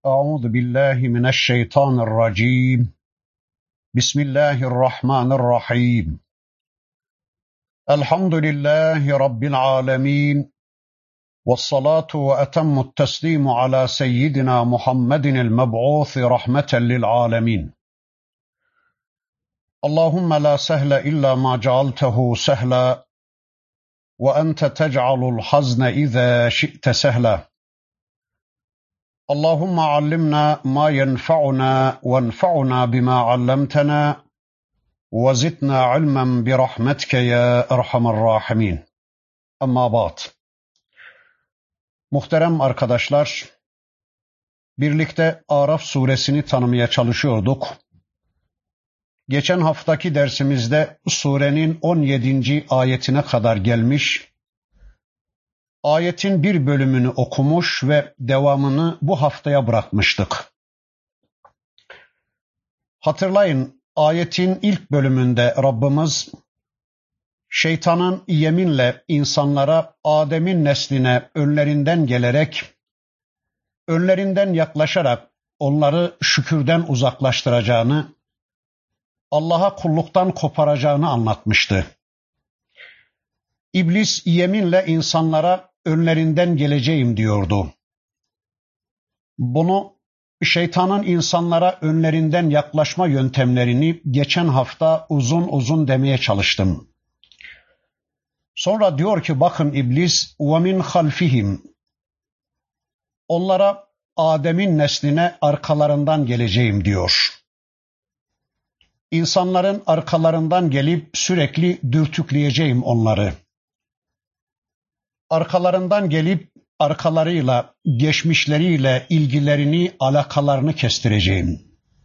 أعوذ بالله من الشيطان الرجيم بسم الله الرحمن الرحيم الحمد لله رب العالمين والصلاة وأتم التسليم على سيدنا محمد المبعوث رحمة للعالمين اللهم لا سهل إلا ما جعلته سهلا وأنت تجعل الحزن إذا شئت سهلا اللهم علمنا ما ينفعنا وانفعنا بما علمتنا وزدنا علما برحمتك يا أرحم الراحمين. Amma ba'd. Muhterem arkadaşlar, birlikte Araf suresini tanımaya çalışıyorduk. Geçen haftaki dersimizde surenin 17. ayetine kadar gelmiş, ayetin bir bölümünü okumuş ve devamını bu haftaya bırakmıştık. Hatırlayın, ayetin ilk bölümünde Rabbimiz şeytanın yeminle insanlara Adem'in nesline önlerinden gelerek, önlerinden yaklaşarak onları şükürden uzaklaştıracağını, Allah'a kulluktan koparacağını anlatmıştı. İblis yeminle insanlara önlerinden geleceğim diyordu. Bunu şeytanın insanlara önlerinden yaklaşma yöntemlerini geçen hafta uzun uzun demeye çalıştım. Sonra diyor ki bakın İblis وَمِنْ خَلْفِهِمْ onlara Adem'in nesline arkalarından geleceğim diyor. İnsanların arkalarından gelip sürekli dürtükleyeceğim onları. Arkalarından gelip arkalarıyla, geçmişleriyle ilgilerini, alakalarını kestireceğim.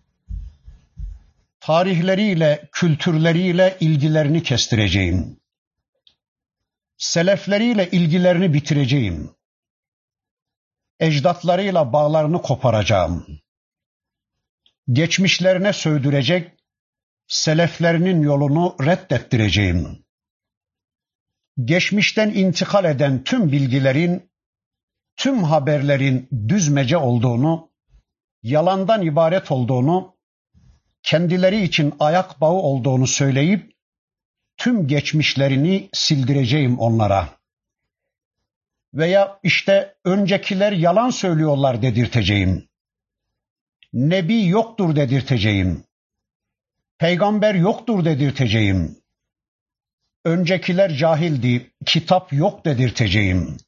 Tarihleriyle, kültürleriyle ilgilerini kestireceğim. Selefleriyle ilgilerini bitireceğim. Ecdatlarıyla bağlarını koparacağım. Geçmişlerine sövdürecek, seleflerinin yolunu reddettireceğim. Geçmişten intikal eden tüm bilgilerin, tüm haberlerin düzmece olduğunu, yalandan ibaret olduğunu, kendileri için ayak bağı olduğunu söyleyip, tüm geçmişlerini sildireceğim onlara. Veya işte öncekiler yalan söylüyorlar dedirteceğim. Nebi yoktur dedirteceğim. Peygamber yoktur dedirteceğim. Öncekiler cahildi, kitap yok dedirteceğim.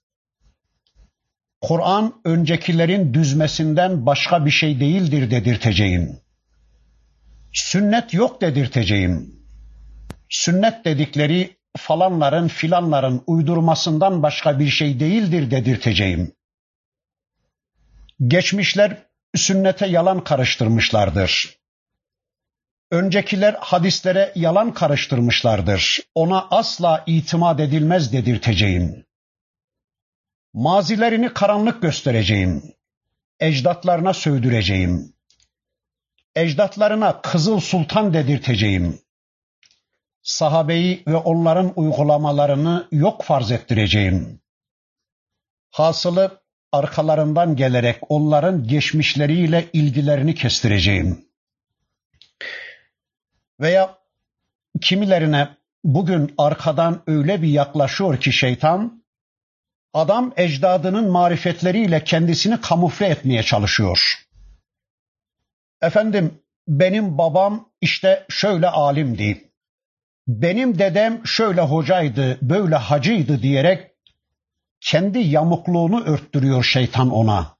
Kur'an öncekilerin düzmesinden başka bir şey değildir dedirteceğim. Sünnet yok dedirteceğim. Sünnet dedikleri falanların filanların uydurmasından başka bir şey değildir dedirteceğim. Geçmişler sünnete yalan karıştırmışlardır. Öncekiler hadislere yalan karıştırmışlardır. Ona asla itimat edilmez dedirteceğim. Mazilerini karanlık göstereceğim. Ecdatlarına sövdüreceğim. Ecdatlarına Kızıl Sultan dedirteceğim. Sahabeyi ve onların uygulamalarını yok farz ettireceğim. Hasılı arkalarından gelerek onların geçmişleriyle ilgilerini kestireceğim. Veya kimilerine bugün arkadan öyle bir yaklaşıyor ki şeytan, adam ecdadının marifetleriyle kendisini kamufle etmeye çalışıyor. Efendim benim babam işte şöyle alimdi. Benim dedem şöyle hocaydı, böyle hacıydı diyerek kendi yamukluğunu örttürüyor şeytan ona.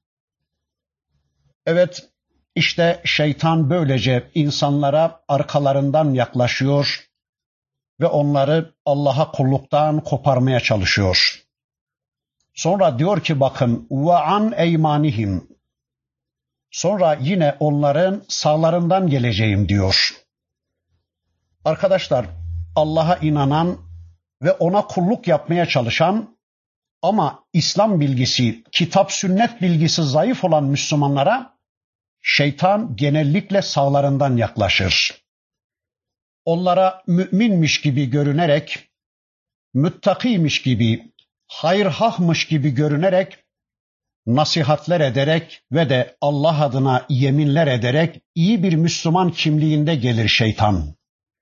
Evet, işte şeytan böylece insanlara arkalarından yaklaşıyor ve onları Allah'a kulluktan koparmaya çalışıyor. Sonra diyor ki bakın وَعَنْ اَيْمَانِهِمْ sonra yine onların sağlarından geleceğim diyor. Arkadaşlar, Allah'a inanan ve ona kulluk yapmaya çalışan ama İslam bilgisi, kitap sünnet bilgisi zayıf olan Müslümanlara şeytan genellikle sağlarından yaklaşır. Onlara müminmiş gibi görünerek, müttakiymiş gibi, hayırhahmış gibi görünerek nasihatler ederek ve de Allah adına yeminler ederek iyi bir Müslüman kimliğinde gelir şeytan.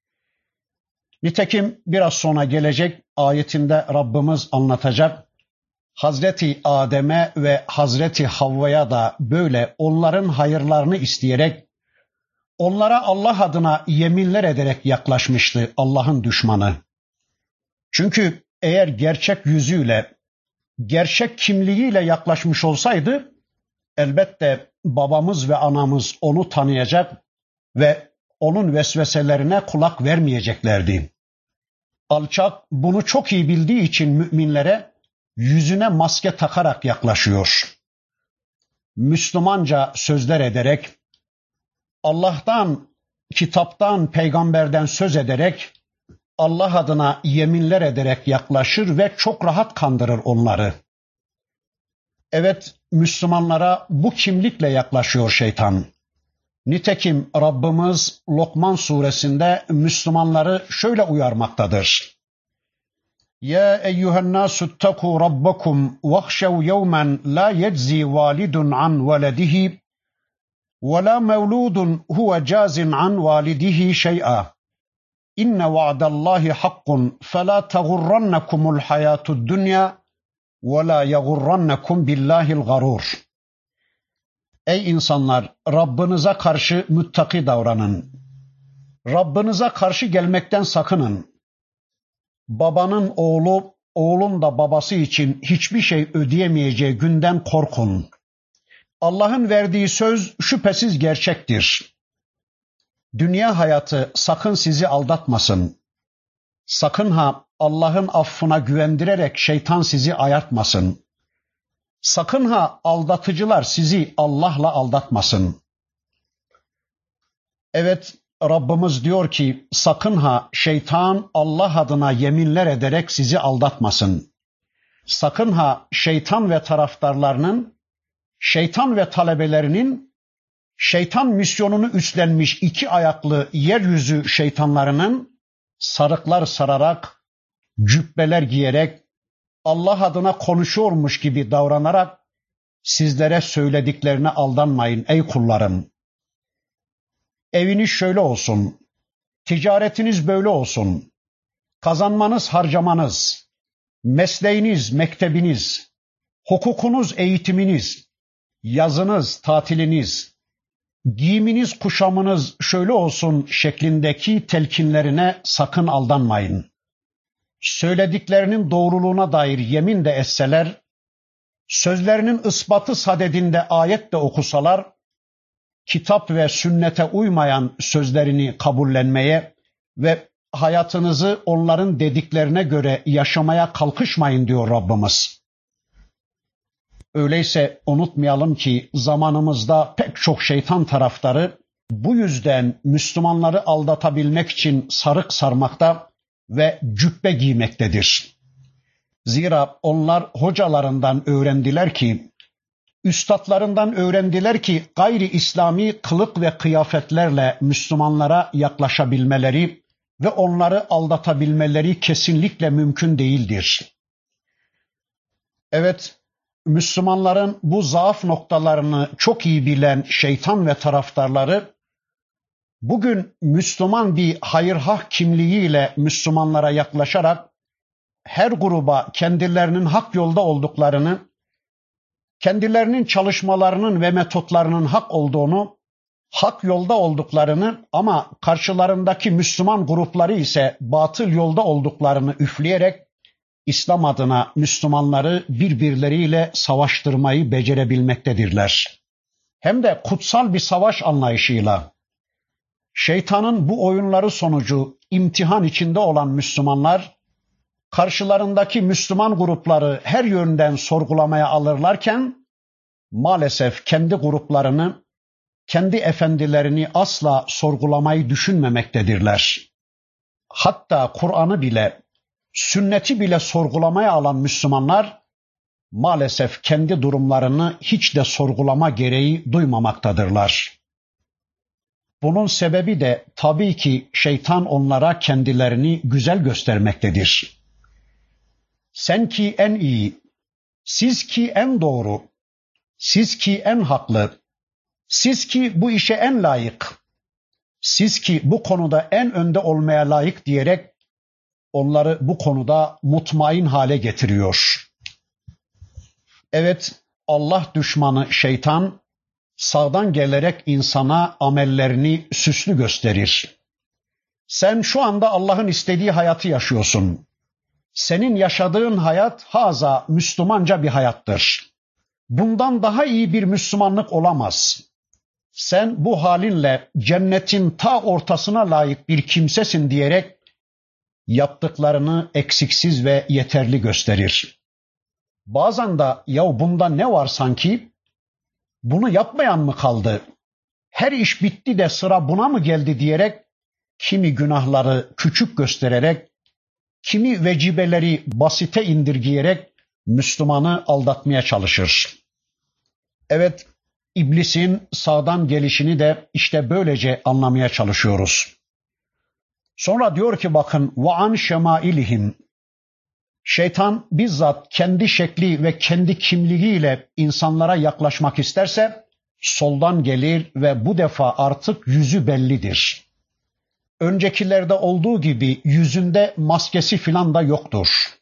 Nitekim biraz sonra gelecek ayetinde Rabbimiz anlatacak. Hazreti Adem'e ve Hazreti Havva'ya da böyle onların hayırlarını isteyerek, onlara Allah adına yeminler ederek yaklaşmıştı Allah'ın düşmanı. Çünkü eğer gerçek yüzüyle, gerçek kimliğiyle yaklaşmış olsaydı, elbette babamız ve anamız onu tanıyacak ve onun vesveselerine kulak vermeyeceklerdi. Alçak bunu çok iyi bildiği için müminlere yüzüne maske takarak yaklaşıyor. Müslümanca sözler ederek, Allah'tan, kitaptan, peygamberden söz ederek, Allah adına yeminler ederek yaklaşır ve çok rahat kandırır onları. Evet, Müslümanlara bu kimlikle yaklaşıyor şeytan. Nitekim Rabbimiz Lokman suresinde Müslümanları şöyle uyarmaktadır. Ya eyyühen nâsüttekû rabbakum vahşev yevmen la yeczi validun an veledihi ve la mevludun huve cazin an validihi şey'a. İnne va'dallahi hakkun felâ tegurrannekumul hayâtud dünya ve la yegurrannekum billahil garur. Ey insanlar, Rabbinize karşı müttaki davranın. Rabbinize karşı gelmekten sakının. Babanın oğlu, oğlun da babası için hiçbir şey ödeyemeyeceği günden korkun. Allah'ın verdiği söz şüphesiz gerçektir. Dünya hayatı sakın sizi aldatmasın. Sakın ha Allah'ın affına güvendirerek şeytan sizi ayartmasın. Sakın ha aldatıcılar sizi Allah'la aldatmasın. Evet, Rabbimiz diyor ki sakın ha şeytan Allah adına yeminler ederek sizi aldatmasın. Sakın ha şeytan ve taraftarlarının, şeytan ve talebelerinin, şeytan misyonunu üstlenmiş iki ayaklı yeryüzü şeytanlarının sarıklar sararak, cübbeler giyerek, Allah adına konuşuyormuş gibi davranarak sizlere söylediklerine aldanmayın ey kullarım. Eviniz şöyle olsun, ticaretiniz böyle olsun, kazanmanız, harcamanız, mesleğiniz, mektebiniz, hukukunuz, eğitiminiz, yazınız, tatiliniz, giyiminiz, kuşamınız şöyle olsun şeklindeki telkinlerine sakın aldanmayın. Söylediklerinin doğruluğuna dair yemin de etseler, sözlerinin ispatı sadedinde ayet de okusalar, kitap ve sünnete uymayan sözlerini kabullenmeye ve hayatınızı onların dediklerine göre yaşamaya kalkışmayın diyor Rabbimiz. Öyleyse unutmayalım ki zamanımızda pek çok şeytan taraftarı bu yüzden Müslümanları aldatabilmek için sarık sarmakta ve cübbe giymektedir. Zira onlar hocalarından öğrendiler ki, üstadlarından öğrendiler ki gayri İslami kılık ve kıyafetlerle Müslümanlara yaklaşabilmeleri ve onları aldatabilmeleri kesinlikle mümkün değildir. Evet, Müslümanların bu zaaf noktalarını çok iyi bilen şeytan ve taraftarları bugün Müslüman bir hayırhah kimliğiyle Müslümanlara yaklaşarak her gruba kendilerinin hak yolda olduklarını, kendilerinin çalışmalarının ve metotlarının hak olduğunu, hak yolda olduklarını ama karşılarındaki Müslüman grupları ise batıl yolda olduklarını üfleyerek İslam adına Müslümanları birbirleriyle savaştırmayı becerebilmektedirler. Hem de kutsal bir savaş anlayışıyla. Şeytanın bu oyunları sonucu imtihan içinde olan Müslümanlar, karşılarındaki Müslüman grupları her yönden sorgulamaya alırlarken, maalesef kendi gruplarını, kendi efendilerini asla sorgulamayı düşünmemektedirler. Hatta Kur'an'ı bile, sünneti bile sorgulamaya alan Müslümanlar, maalesef kendi durumlarını hiç de sorgulama gereği duymamaktadırlar. Bunun sebebi de tabii ki şeytan onlara kendilerini güzel göstermektedir. Sen ki en iyi, siz ki en doğru, Siz ki en haklı, siz ki bu işe en layık, siz ki bu konuda en önde olmaya layık diyerek onları bu konuda mutmain hale getiriyor. Evet, Allah düşmanı şeytan sağdan gelerek insana amellerini süslü gösterir. Sen şu anda Allah'ın istediği hayatı yaşıyorsun. Senin yaşadığın hayat haza Müslümanca bir hayattır. Bundan daha iyi bir Müslümanlık olamaz. Sen bu halinle cennetin ta ortasına layık bir kimsesin diyerek yaptıklarını eksiksiz ve yeterli gösterir. Bazen de ya bunda ne var sanki? Bunu yapmayan mı kaldı? Her iş bitti de sıra buna mı geldi diyerek kimi günahları küçük göstererek, kimi vecibeleri basite indirgeyerek Müslümanı aldatmaya çalışır. Evet, İblisin sağdan gelişini de işte böylece anlamaya çalışıyoruz. Sonra diyor ki bakın وَعَنْ شَمَائِلِهِمْ Şeytan bizzat kendi şekli ve kendi kimliğiyle insanlara yaklaşmak isterse soldan gelir ve bu defa artık yüzü bellidir. Öncekilerde olduğu gibi yüzünde maskesi filan da yoktur.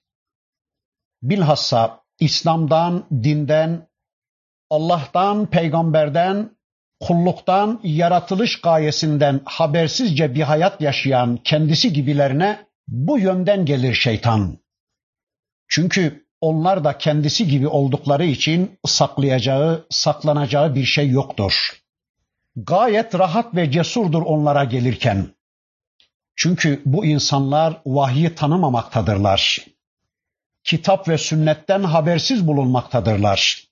Bilhassa İslam'dan, dinden, Allah'tan, peygamberden, kulluktan, yaratılış gayesinden habersizce bir hayat yaşayan kendisi gibilerine bu yönden gelir şeytan. Çünkü onlar da kendisi gibi oldukları için saklayacağı, saklanacağı bir şey yoktur. Gayet rahat ve cesurdur onlara gelirken. Çünkü bu insanlar vahyi tanımamaktadırlar. Kitap ve sünnetten habersiz bulunmaktadırlar.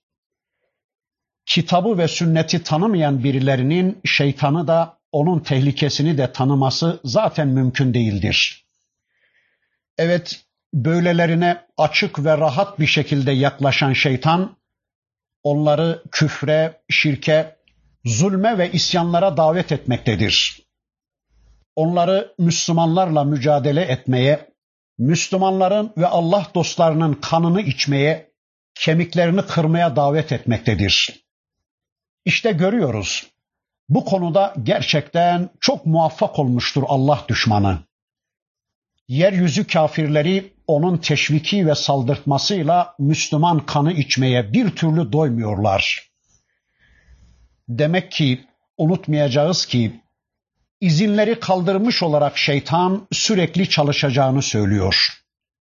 Kitabı ve sünneti tanımayan birilerinin şeytanı da onun tehlikesini de tanıması zaten mümkün değildir. Evet, böylelerine açık ve rahat bir şekilde yaklaşan şeytan, onları küfre, şirke, zulme ve isyanlara davet etmektedir. Onları Müslümanlarla mücadele etmeye, Müslümanların ve Allah dostlarının kanını içmeye, kemiklerini kırmaya davet etmektedir. İşte görüyoruz, bu konuda gerçekten çok muvaffak olmuştur Allah düşmanı. Yeryüzü kafirleri onun teşviki ve saldırtmasıyla Müslüman kanı içmeye bir türlü doymuyorlar. Demek ki unutmayacağız ki izinleri kaldırmış olarak şeytan sürekli çalışacağını söylüyor.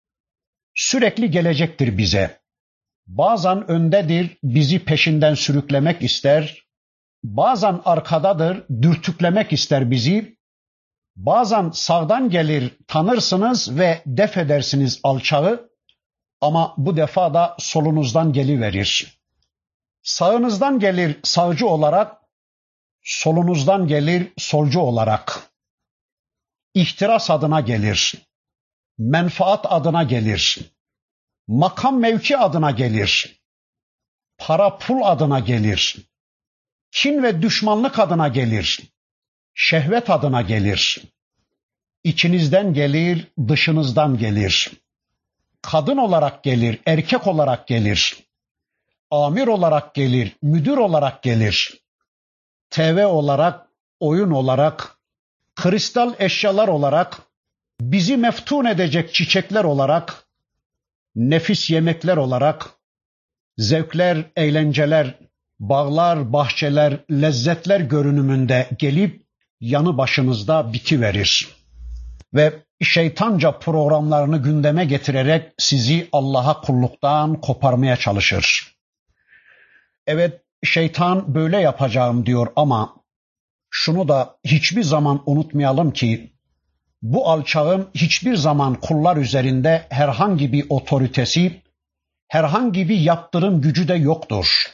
Sürekli gelecektir bize. Bazen öndedir, bizi peşinden sürüklemek ister. Bazen arkadadır, dürtüklemek ister bizi. Bazen sağdan gelir, tanırsınız ve def edersiniz alçağı. Ama bu defa da solunuzdan geliverir. Sağınızdan gelir sağcı olarak, solunuzdan gelir solcu olarak. İhtiras adına gelir. Menfaat adına gelir. Makam mevki adına gelir. Para pul adına gelir. Kin ve düşmanlık adına gelir. Şehvet adına gelir. İçinizden gelir, dışınızdan gelir. Kadın olarak gelir, erkek olarak gelir. Amir olarak gelir, müdür olarak gelir. TV olarak, oyun olarak, kristal eşyalar olarak, bizi meftun edecek çiçekler olarak, nefis yemekler olarak, zevkler, eğlenceler, bağlar, bahçeler, lezzetler görünümünde gelip yanı başınızda bitiverir. Ve şeytanca programlarını gündeme getirerek sizi Allah'a kulluktan koparmaya çalışır. Evet, şeytan böyle yapacağım diyor ama şunu da hiçbir zaman unutmayalım ki bu alçağın hiçbir zaman kullar üzerinde herhangi bir otoritesi, herhangi bir yaptırım gücü de yoktur.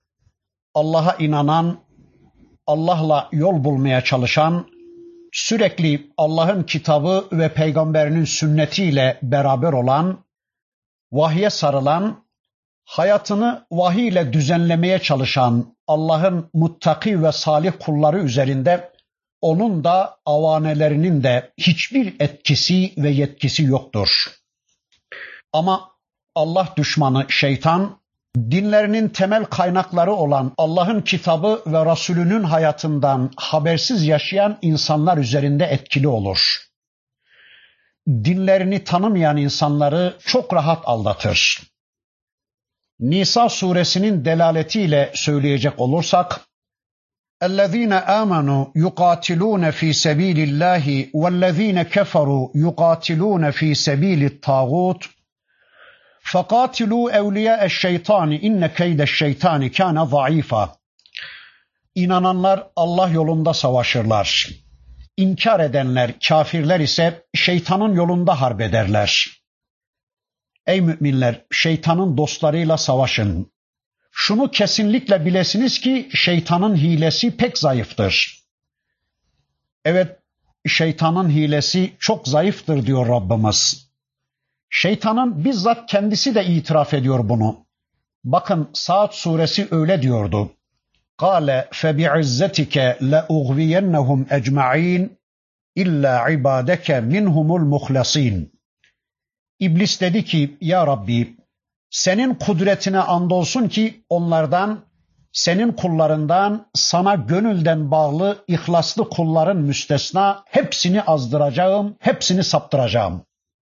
Allah'a inanan, Allah'la yol bulmaya çalışan, sürekli Allah'ın kitabı ve peygamberinin sünnetiyle beraber olan, vahye sarılan, hayatını vahiy ile düzenlemeye çalışan Allah'ın muttaki ve salih kulları üzerinde onun da avanelerinin de hiçbir etkisi ve yetkisi yoktur. Ama Allah düşmanı şeytan dinlerinin temel kaynakları olan Allah'ın kitabı ve Resulünün hayatından habersiz yaşayan insanlar üzerinde etkili olur. Dinlerini tanımayan insanları çok rahat aldatır. Nisa suresinin delaletiyle söyleyecek olursak, اَلَّذ۪ينَ آمَنُوا يُقَاتِلُونَ ف۪ي سَب۪يلِ اللّٰهِ وَالَّذ۪ينَ كَفَرُوا يُقَاتِلُونَ ف۪ي سَب۪يلِ الطَّاغُوتِ فَقَاتِلُوا اَوْلِيَاءَ الشَّيْطَانِ اِنَّ كَيْدَ الشَّيْطَانِ كَانَ ضَعِيفًا. İnananlar Allah yolunda savaşırlar. İnkar edenler, kafirler ise şeytanın yolunda harp ederler. Ey müminler, şeytanın dostlarıyla savaşın. Şunu kesinlikle bilesiniz ki şeytanın hilesi pek zayıftır. Evet, şeytanın hilesi çok zayıftır diyor Rabbimiz. Şeytanın bizzat kendisi de itiraf ediyor bunu. Bakın Saat suresi öyle diyordu. قَالَ فَبِعِزَّتِكَ لَاُغْوِيَنَّهُمْ اَجْمَعِينَ İlla ibadeke minhumul muhlasin. İblis dedi ki ya Rabbi senin kudretine andolsun ki onlardan, senin kullarından sana gönülden bağlı ihlaslı kulların müstesna hepsini azdıracağım, hepsini saptıracağım.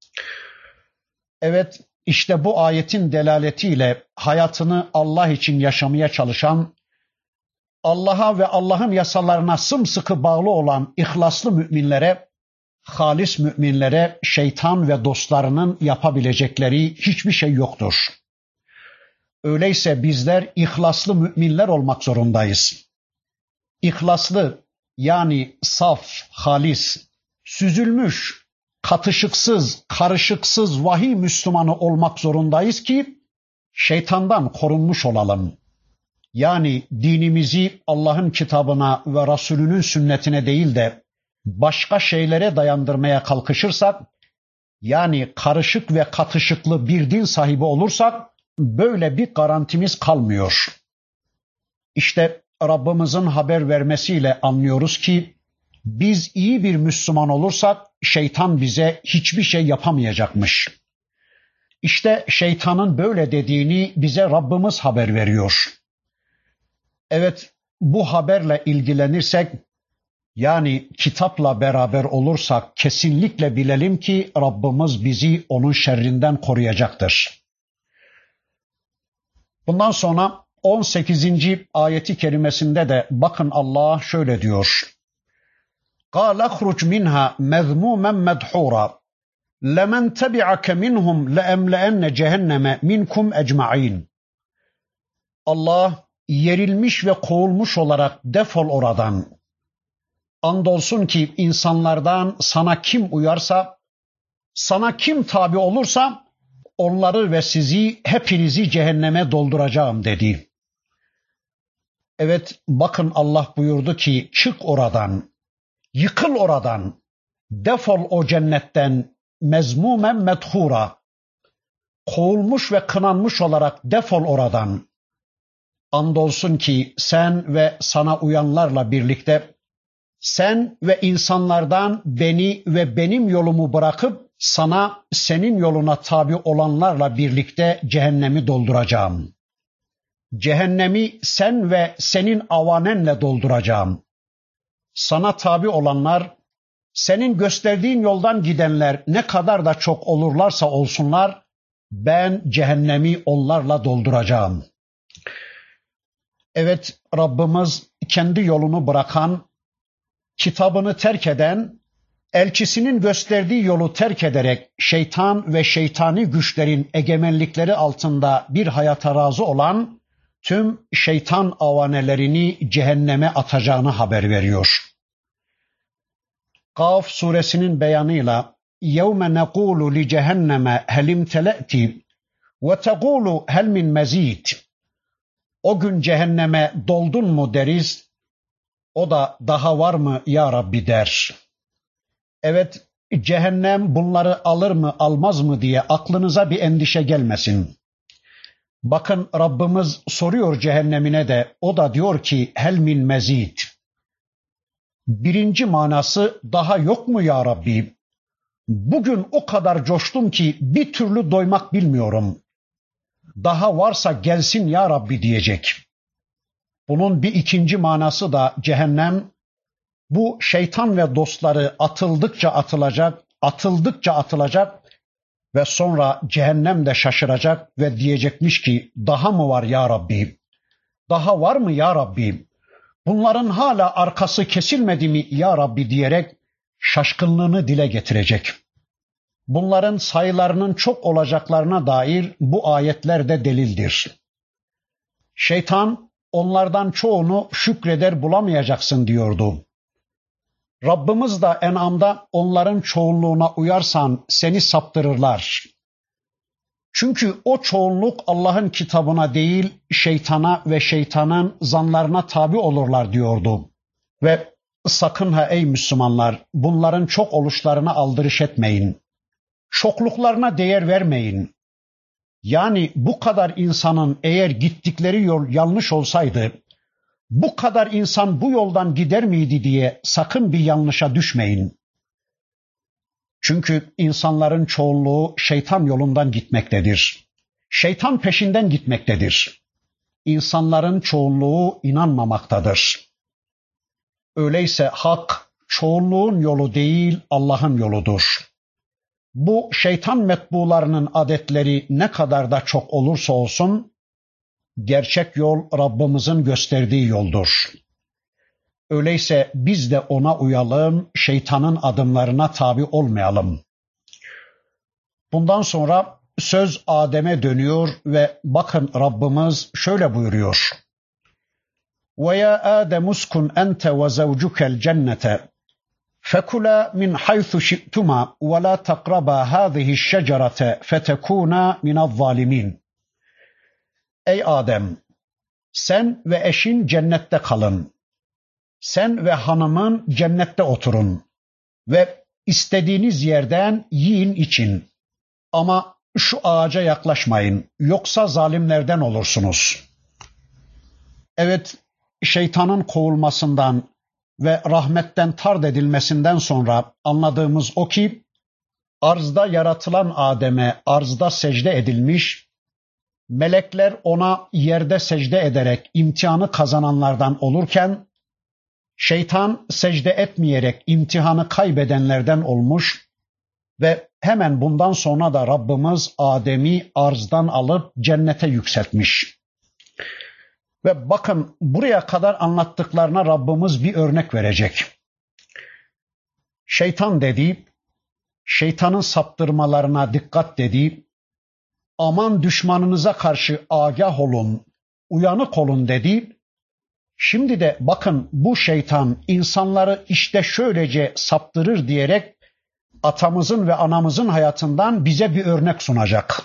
Evet, işte bu ayetin delaletiyle hayatını Allah için yaşamaya çalışan, Allah'a ve Allah'ın yasalarına sımsıkı bağlı olan ihlaslı müminlere, halis müminlere şeytan ve dostlarının yapabilecekleri hiçbir şey yoktur. Öyleyse bizler ihlaslı müminler olmak zorundayız. İhlaslı yani saf, halis, süzülmüş, katışıksız, karışıksız vahiy Müslümanı olmak zorundayız ki şeytandan korunmuş olalım. Yani dinimizi Allah'ın kitabına ve Resulünün sünnetine değil de başka şeylere dayandırmaya kalkışırsak, yani karışık ve katışıklı bir din sahibi olursak, böyle bir garantimiz kalmıyor. İşte Rabbimizin haber vermesiyle anlıyoruz ki, biz iyi bir Müslüman olursak, şeytan bize hiçbir şey yapamayacakmış. İşte şeytanın böyle dediğini bize Rabbimiz haber veriyor. Evet, bu haberle ilgilenirsek, yani kitapla beraber olursak kesinlikle bilelim ki Rabbimiz bizi onun şerrinden koruyacaktır. Bundan sonra 18. ayeti kerimesinde de bakın Allah şöyle diyor. قَالَ اخْرُجْ مِنْهَا مَذْمُومًا مَدْحُورًا لَمَنْ تَبِعَكَ مِنْهُمْ لَأَمْلَأَنَّ جَهَنَّمَ مِنْكُمْ اَجْمَعِينَ. Allah yerilmiş ve kovulmuş olarak defol oradan. Andolsun ki insanlardan sana kim uyarsa, sana kim tabi olursa onları ve sizi hepinizi cehenneme dolduracağım dedi. Evet, bakın Allah buyurdu ki çık oradan, yıkıl oradan, defol o cennetten mezmumen medhura, kovulmuş ve kınanmış olarak defol oradan. Andolsun ki sen ve sana uyanlarla birlikte sen ve insanlardan beni ve benim yolumu bırakıp sana senin yoluna tabi olanlarla birlikte cehennemi dolduracağım. Cehennemi sen ve senin avanenle dolduracağım. Sana tabi olanlar, senin gösterdiğin yoldan gidenler ne kadar da çok olurlarsa olsunlar, ben cehennemi onlarla dolduracağım. Evet, Rabbimiz kendi yolunu bırakan, kitabını terk eden, elçisinin gösterdiği yolu terk ederek şeytan ve şeytani güçlerin egemenlikleri altında bir hayata razı olan tüm şeytan avanelerini cehenneme atacağını haber veriyor. Kaf suresinin beyanıyla يَوْمَ نَقُولُ لِجَهَنَّمَ هَلْ اِمْتَلَأْتِ وَتَقُولُ هَلْ مِنْ مَزِيدٍ. O gün cehenneme doldun mu deriz, o da daha var mı ya Rabbi der. Evet, cehennem bunları alır mı almaz mı diye aklınıza bir endişe gelmesin. Bakın Rabbimiz soruyor cehennemine de, o da diyor ki hel min mezid. Birinci manası daha yok mu ya Rabbi? Bugün o kadar coştum ki bir türlü doymak bilmiyorum. Daha varsa gelsin ya Rabbi diyecek. Bunun bir ikinci manası da cehennem, bu şeytan ve dostları atıldıkça atılacak, atıldıkça atılacak ve sonra cehennem de şaşıracak ve diyecekmiş ki daha mı var ya Rabbi? Daha var mı ya Rabbi? Bunların hala arkası kesilmedi mi ya Rabbi diyerek şaşkınlığını dile getirecek. Bunların sayılarının çok olacaklarına dair bu ayetler de delildir. Şeytan onlardan çoğunu şükreder bulamayacaksın diyordu. Rabbimiz de En'am'da onların çoğunluğuna uyarsan seni saptırırlar. Çünkü o çoğunluk Allah'ın kitabına değil şeytana ve şeytanın zanlarına tabi olurlar diyordu. Ve sakın ha ey Müslümanlar bunların çok oluşlarına aldırış etmeyin. Çokluklarına değer vermeyin. Yani bu kadar insanın eğer gittikleri yol yanlış olsaydı bu kadar insan bu yoldan gider miydi diye sakın bir yanlışa düşmeyin. Çünkü insanların çoğunluğu şeytan yolundan gitmektedir. Şeytan peşinden gitmektedir. İnsanların çoğunluğu inanmamaktadır. Öyleyse hak çoğunluğun yolu değil Allah'ın yoludur. Bu şeytan metbularının adetleri ne kadar da çok olursa olsun gerçek yol Rabbimizin gösterdiği yoldur. Öyleyse biz de ona uyalım, şeytanın adımlarına tabi olmayalım. Bundan sonra söz Adem'e dönüyor ve bakın Rabbimiz şöyle buyuruyor. وَيَا آدَمُ اسْكُنْ أَنْتَ وَزَوْجُكَ الْجَنَّةَ فَكُلَا مِنْ حَيْثُ شِئْتُمَا وَلَا تَقْرَبَا هَذِهِ الشَّجَرَةَ فَتَكُونَا مِنَ الظَّالِمِينَ. Ey Adem, sen ve eşin cennette kalın. Sen ve hanımın cennette oturun ve istediğiniz yerden yiyin için. Ama şu ağaca yaklaşmayın, yoksa zalimlerden olursunuz. Evet, şeytanın kovulmasından ve rahmetten tard edilmesinden sonra anladığımız o ki, arzda yaratılan Adem'e arzda secde edilmiş, melekler ona yerde secde ederek imtihanı kazananlardan olurken, şeytan secde etmeyerek imtihanı kaybedenlerden olmuş ve hemen bundan sonra da Rabbimiz Adem'i arzdan alıp cennete yükseltmiş. Ve bakın buraya kadar anlattıklarına Rabbimiz bir örnek verecek. Şeytan dediği, şeytanın saptırmalarına dikkat dediği, aman düşmanınıza karşı agah olun, uyanık olun dediği, şimdi de bakın bu şeytan insanları işte şöylece saptırır diyerek atamızın ve anamızın hayatından bize bir örnek sunacak.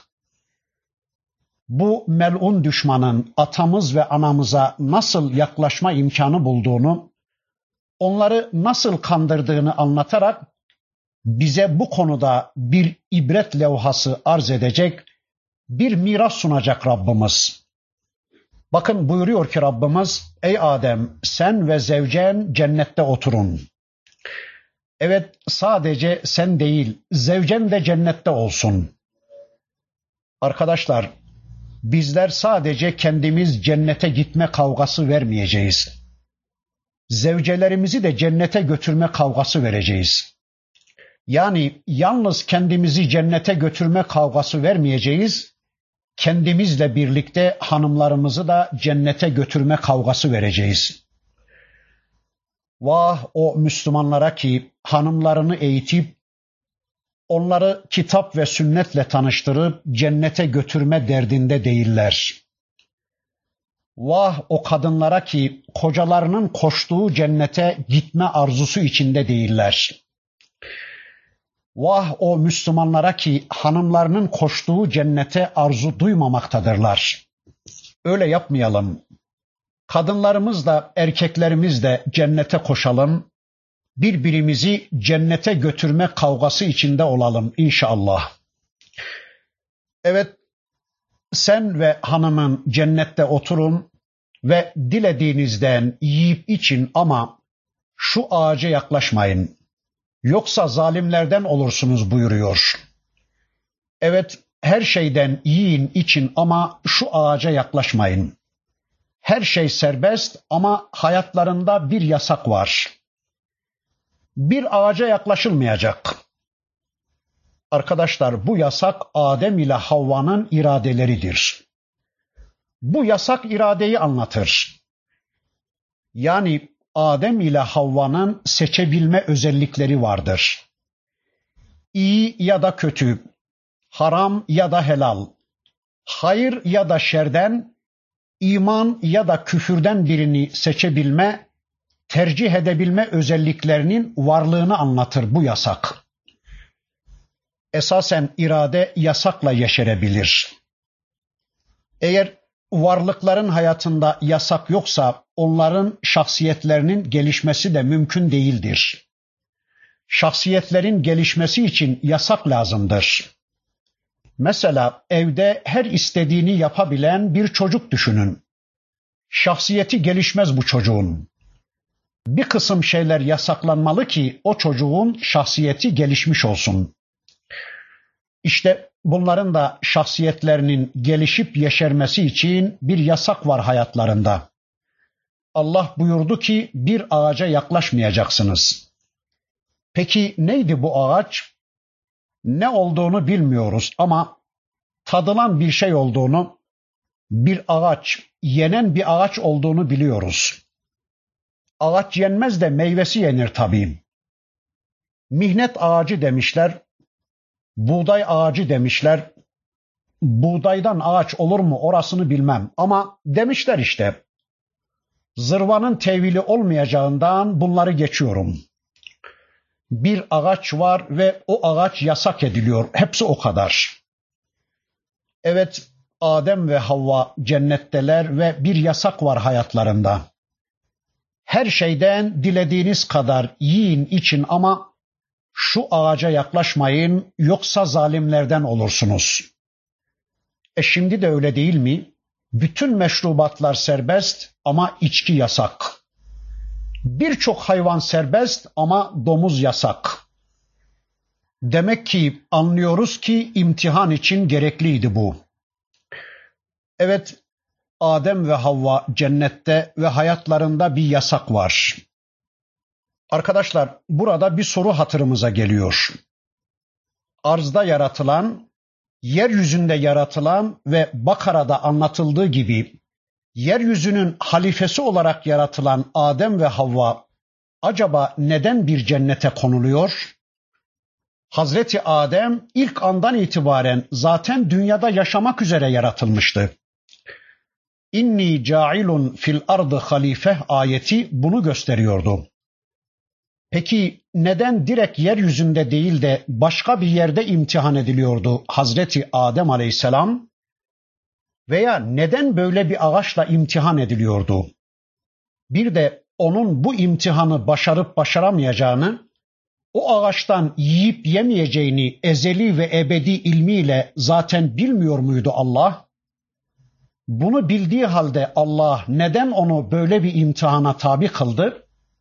Bu melun düşmanın atamız ve anamıza nasıl yaklaşma imkanı bulduğunu, onları nasıl kandırdığını anlatarak bize bu konuda bir ibret levhası arz edecek, bir miras sunacak Rabbimiz. Bakın buyuruyor ki Rabbimiz, ey Adem sen ve zevcen cennette oturun. Evet sadece sen değil, zevcen de cennette olsun. Arkadaşlar, bizler sadece kendimiz cennete gitme kavgası vermeyeceğiz. Zevcelerimizi de cennete götürme kavgası vereceğiz. Yani yalnız kendimizi cennete götürme kavgası vermeyeceğiz. Kendimizle birlikte hanımlarımızı da cennete götürme kavgası vereceğiz. Vah o Müslümanlara ki hanımlarını eğitip onları kitap ve sünnetle tanıştırıp cennete götürme derdinde değiller. Vah o kadınlara ki kocalarının koştuğu cennete gitme arzusu içinde değiller. Vah o Müslümanlara ki hanımlarının koştuğu cennete arzu duymamaktadırlar. Öyle yapmayalım. Kadınlarımız da erkeklerimiz de cennete koşalım. Birbirimizi cennete götürme kavgası içinde olalım inşallah. Evet, sen ve hanımın cennette oturun ve dilediğinizden yiyip için ama şu ağaca yaklaşmayın. Yoksa zalimlerden olursunuz buyuruyor. Evet, her şeyden yiyin için ama şu ağaca yaklaşmayın. Her şey serbest ama hayatlarında bir yasak var. Bir ağaca yaklaşılmayacak. Arkadaşlar bu yasak Adem ile Havva'nın iradeleridir. Bu yasak iradeyi anlatır. Yani Adem ile Havva'nın seçebilme özellikleri vardır. İyi ya da kötü, haram ya da helal, hayır ya da şerden, iman ya da küfürden birini seçebilme, tercih edebilme özelliklerinin varlığını anlatır bu yasak. Esasen irade yasakla yeşerebilir. Eğer varlıkların hayatında yasak yoksa onların şahsiyetlerinin gelişmesi de mümkün değildir. Şahsiyetlerin gelişmesi için yasak lazımdır. Mesela evde her istediğini yapabilen bir çocuk düşünün. Şahsiyeti gelişmez bu çocuğun. Bir kısım şeyler yasaklanmalı ki o çocuğun şahsiyeti gelişmiş olsun. İşte bunların da şahsiyetlerinin gelişip yeşermesi için bir yasak var hayatlarında. Allah buyurdu ki bir ağaca yaklaşmayacaksınız. Peki neydi bu ağaç? Ne olduğunu bilmiyoruz ama tadılan bir şey olduğunu, bir ağaç, yenen bir ağaç olduğunu biliyoruz. Ağaç yenmez de meyvesi yenir tabii. Mihnet ağacı demişler, buğday ağacı demişler. Buğdaydan ağaç olur mu orasını bilmem ama demişler işte. Zırvanın tevili olmayacağından bunları geçiyorum. Bir ağaç var ve o ağaç yasak ediliyor. Hepsi o kadar. Evet, Adem ve Havva cennetteler ve bir yasak var hayatlarında. Her şeyden dilediğiniz kadar yiyin için ama şu ağaca yaklaşmayın yoksa zalimlerden olursunuz. Şimdi de öyle değil mi? Bütün meşrubatlar serbest ama içki yasak. Birçok hayvan serbest ama domuz yasak. Demek ki anlıyoruz ki imtihan için gerekliydi bu. Evet, Adem ve Havva cennette ve hayatlarında bir yasak var. Arkadaşlar burada bir soru hatırımıza geliyor. Arzda yaratılan, yeryüzünde yaratılan ve Bakara'da anlatıldığı gibi yeryüzünün halifesi olarak yaratılan Adem ve Havva acaba neden bir cennete konuluyor? Hazreti Adem ilk andan itibaren zaten dünyada yaşamak üzere yaratılmıştı. İnni cailun fil ardı halife ayeti bunu gösteriyordu. Peki neden direkt yeryüzünde değil de başka bir yerde imtihan ediliyordu Hazreti Adem Aleyhisselam? Veya neden böyle bir ağaçla imtihan ediliyordu? Bir de onun bu imtihanı başarıp başaramayacağını, o ağaçtan yiyip yemeyeceğini ezeli ve ebedi ilmiyle zaten bilmiyor muydu Allah? Bunu bildiği halde Allah neden onu böyle bir imtihana tabi kıldı?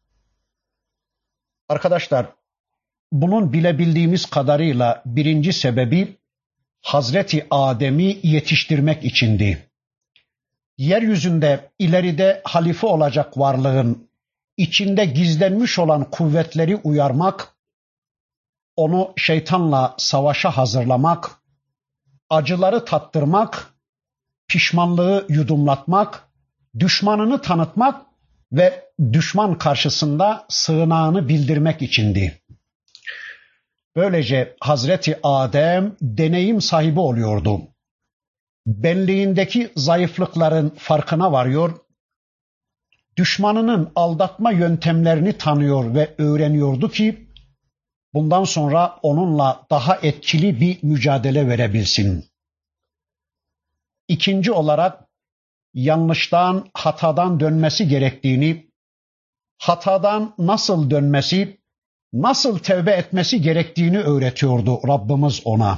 Arkadaşlar, bunun bilebildiğimiz kadarıyla birinci sebebi Hazreti Adem'i yetiştirmek içindi. Yeryüzünde ileride halife olacak varlığın içinde gizlenmiş olan kuvvetleri uyarmak, onu şeytanla savaşa hazırlamak, acıları tattırmak, pişmanlığı yudumlatmak, düşmanını tanıtmak ve düşman karşısında sığınağını bildirmek içindi. Böylece Hazreti Adem deneyim sahibi oluyordu. Benliğindeki zayıflıkların farkına varıyor, düşmanının aldatma yöntemlerini tanıyor ve öğreniyordu ki bundan sonra onunla daha etkili bir mücadele verebilsin. İkinci olarak yanlıştan, hatadan dönmesi gerektiğini, hatadan nasıl dönmesi, nasıl tevbe etmesi gerektiğini öğretiyordu Rabbimiz ona.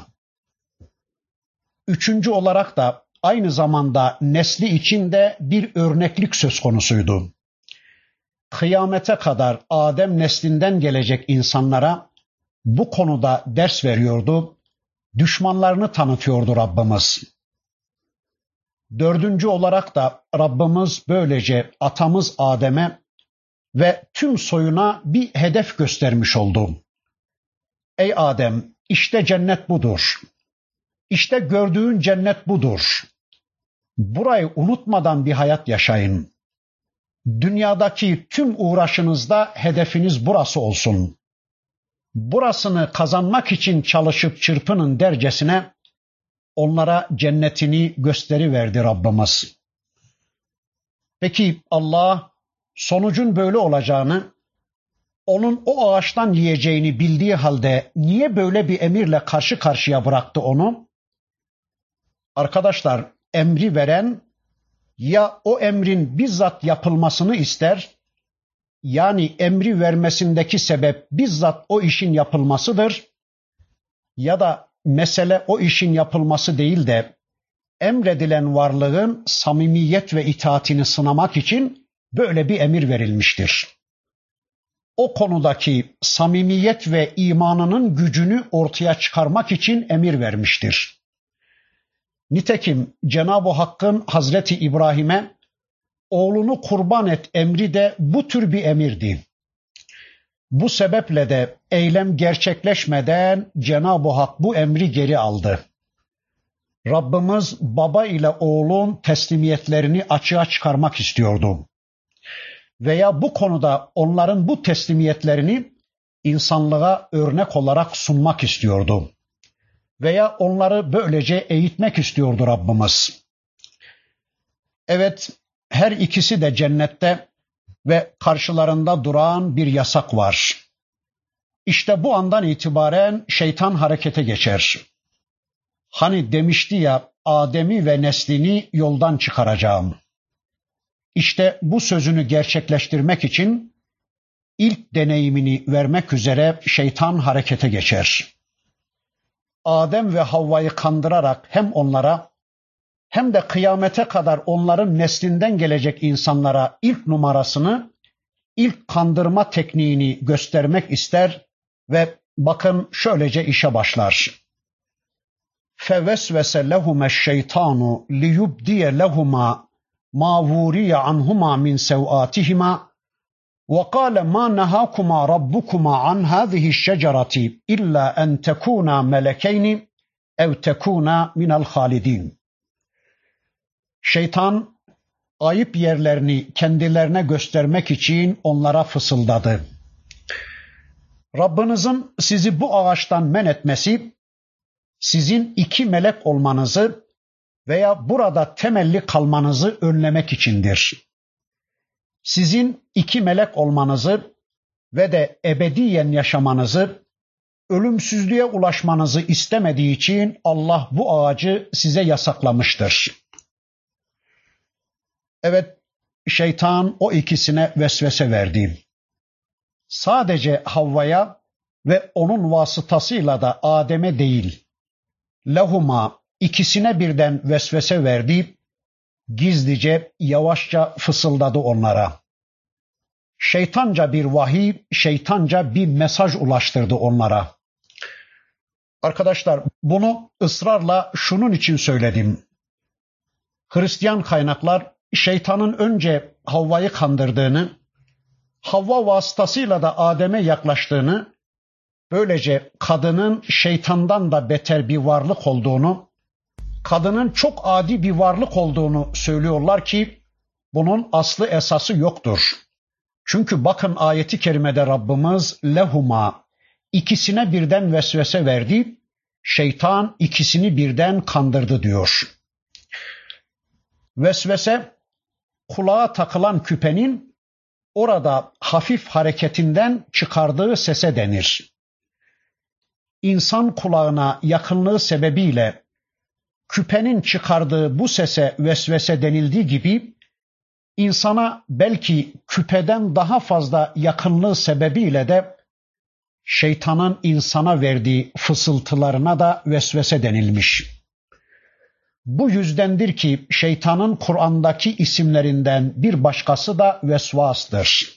Üçüncü olarak da aynı zamanda nesli için de bir örneklik söz konusuydu. Kıyamete kadar Adem neslinden gelecek insanlara bu konuda ders veriyordu. düşmanlarını tanıtıyordu Rabbimiz. Dördüncü olarak da Rabbimiz böylece atamız Adem'e ve tüm soyuna bir hedef göstermiş oldu. Ey Adem, işte cennet budur. İşte gördüğün cennet budur. Burayı unutmadan bir hayat yaşayın. Dünyadaki tüm uğraşınızda hedefiniz burası olsun. Burasını kazanmak için çalışıp çırpının dercesine onlara cennetini gösteriverdi Rabbimiz. Peki Allah sonucun böyle olacağını, onun o ağaçtan yiyeceğini bildiği halde niye böyle bir emirle karşı karşıya bıraktı onu? Arkadaşlar, emri veren ya o emrin bizzat yapılmasını ister, yani emri vermesindeki sebep bizzat o işin yapılmasıdır, ya da mesele o işin yapılması değil de emredilen varlığın samimiyet ve itaatini sınamak için böyle bir emir verilmiştir. O konudaki samimiyet ve imanının gücünü ortaya çıkarmak için emir vermiştir. Nitekim Cenab-ı Hakk'ın Hazreti İbrahim'e oğlunu kurban et emri de bu tür bir emirdi. Bu sebeple de eylem gerçekleşmeden Cenab-ı Hak bu emri geri aldı. Rabbimiz baba ile oğlun teslimiyetlerini açığa çıkarmak istiyordu. Veya bu konuda onların bu teslimiyetlerini insanlığa örnek olarak sunmak istiyordu. Veya onları böylece eğitmek istiyordu Rabbimiz. Evet, her ikisi de cennette ve karşılarında duran bir yasak var. İşte bu andan itibaren şeytan harekete geçer. Hani demişti ya, Adem'i ve neslini yoldan çıkaracağım. İşte bu sözünü gerçekleştirmek için ilk deneyimini vermek üzere şeytan harekete geçer. Adem ve Havva'yı kandırarak hem onlara hem de kıyamete kadar onların neslinden gelecek insanlara ilk numarasını, ilk kandırma tekniğini göstermek ister ve bakın şöylece işe başlar. فَوَسْوَسَ لَهُمَا الشَّيْطَانُ لِيُبْدِيَ لَهُمَا مَا وُورِيَ عَنْهُمَا مِنْ سَوْآتِهِمَا وَقَالَ مَا نَهَاكُمَا رَبُّكُمَا عَنْ هَذِهِ الشَّجَرَةِ إِلَّا أَنْ تَكُونَا مَلَكَيْنِ اَوْ تَكُونَا مِنَ الْخَالِدِينَ. Şeytan ayıp yerlerini kendilerine göstermek için onlara fısıldadı. Rabbinizin sizi bu ağaçtan men etmesi, sizin iki melek olmanızı veya burada temelli kalmanızı önlemek içindir. Sizin iki melek olmanızı ve de ebediyen yaşamanızı, ölümsüzlüğe ulaşmanızı istemediği için Allah bu ağacı size yasaklamıştır. Evet, şeytan o ikisine vesvese verdi. Sadece Havva'ya ve onun vasıtasıyla da Adem'e değil, lehuma ikisine birden vesvese verdi, gizlice, yavaşça fısıldadı onlara. Şeytanca bir vahiy, şeytanca bir mesaj ulaştırdı onlara. Arkadaşlar, bunu ısrarla şunun için söyledim. Hristiyan kaynaklar şeytanın önce Havva'yı kandırdığını, Havva vasıtasıyla da Adem'e yaklaştığını, böylece kadının şeytandan da beter bir varlık olduğunu, kadının çok adi bir varlık olduğunu söylüyorlar ki bunun aslı esası yoktur. Çünkü bakın ayeti kerimede Rabbimiz lehuma ikisine birden vesvese verdi, şeytan ikisini birden kandırdı diyor. Vesvese kulağa takılan küpenin orada hafif hareketinden çıkardığı sese denir. İnsan kulağına yakınlığı sebebiyle küpenin çıkardığı bu sese vesvese denildiği gibi insana belki küpeden daha fazla yakınlığı sebebiyle de şeytanın insana verdiği fısıltılarına da vesvese denilmiş. Bu yüzdendir ki şeytanın Kur'an'daki isimlerinden bir başkası da vesvastır.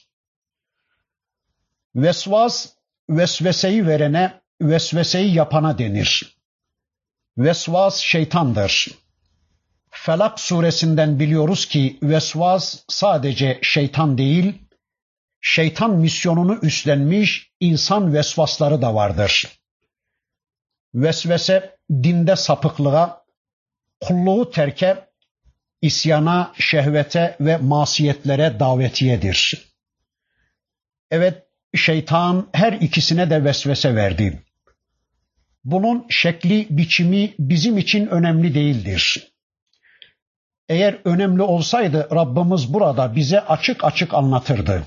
Vesvas, vesveseyi verene, vesveseyi yapana denir. Vesvas şeytandır. Felak suresinden biliyoruz ki vesvas sadece şeytan değil, şeytan misyonunu üstlenmiş insan vesvasları da vardır. Vesvese dinde sapıklığa, kulluğu terke, isyana, şehvete ve masiyetlere davetiyedir. Evet, şeytan her ikisine de vesvese verdi. Bunun şekli, biçimi bizim için önemli değildir. Eğer önemli olsaydı Rabbimiz burada bize açık açık anlatırdı.